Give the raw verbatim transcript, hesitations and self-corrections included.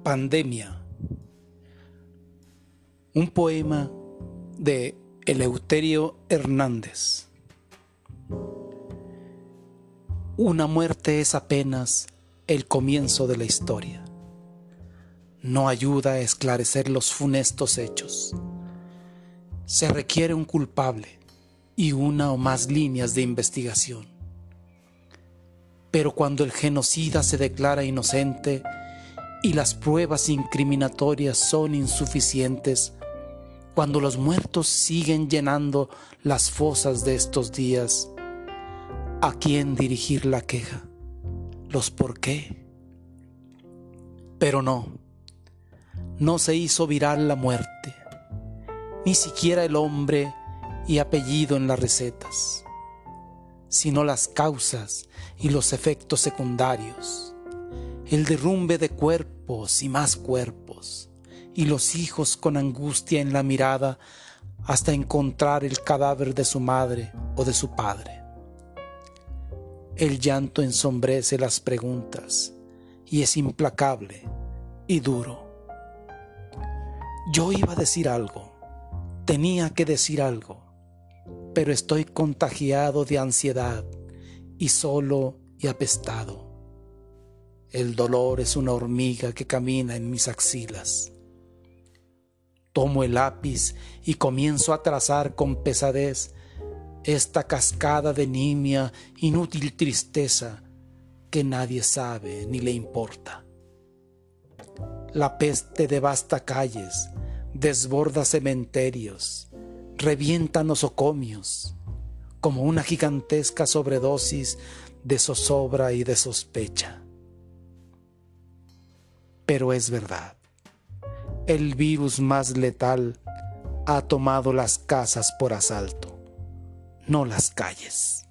Pandemia. Un poema de Eleuterio Hernández. Una muerte es apenas el comienzo de la historia. No ayuda a esclarecer los funestos hechos. Se requiere un culpable y una o más líneas de investigación. Pero cuando el genocida se declara inocente y las pruebas incriminatorias son insuficientes, cuando los muertos siguen llenando las fosas de estos días, ¿a quién dirigir la queja? ¿Los por qué? Pero no, no se hizo viral la muerte, ni siquiera el hombre y apellido en las recetas, sino las causas y los efectos secundarios, el derrumbe de cuerpos y más cuerpos, y los hijos con angustia en la mirada hasta encontrar el cadáver de su madre o de su padre. El llanto ensombrece las preguntas y es implacable y duro. Yo iba a decir algo, tenía que decir algo, pero estoy contagiado de ansiedad y solo y apestado. El dolor es una hormiga que camina en mis axilas. Tomo el lápiz y comienzo a trazar con pesadez esta cascada de nimia, inútil tristeza que nadie sabe ni le importa. La peste devasta calles, desborda cementerios, revienta nosocomios, como una gigantesca sobredosis de zozobra y de sospecha. Pero es verdad, el virus más letal ha tomado las casas por asalto, no las calles.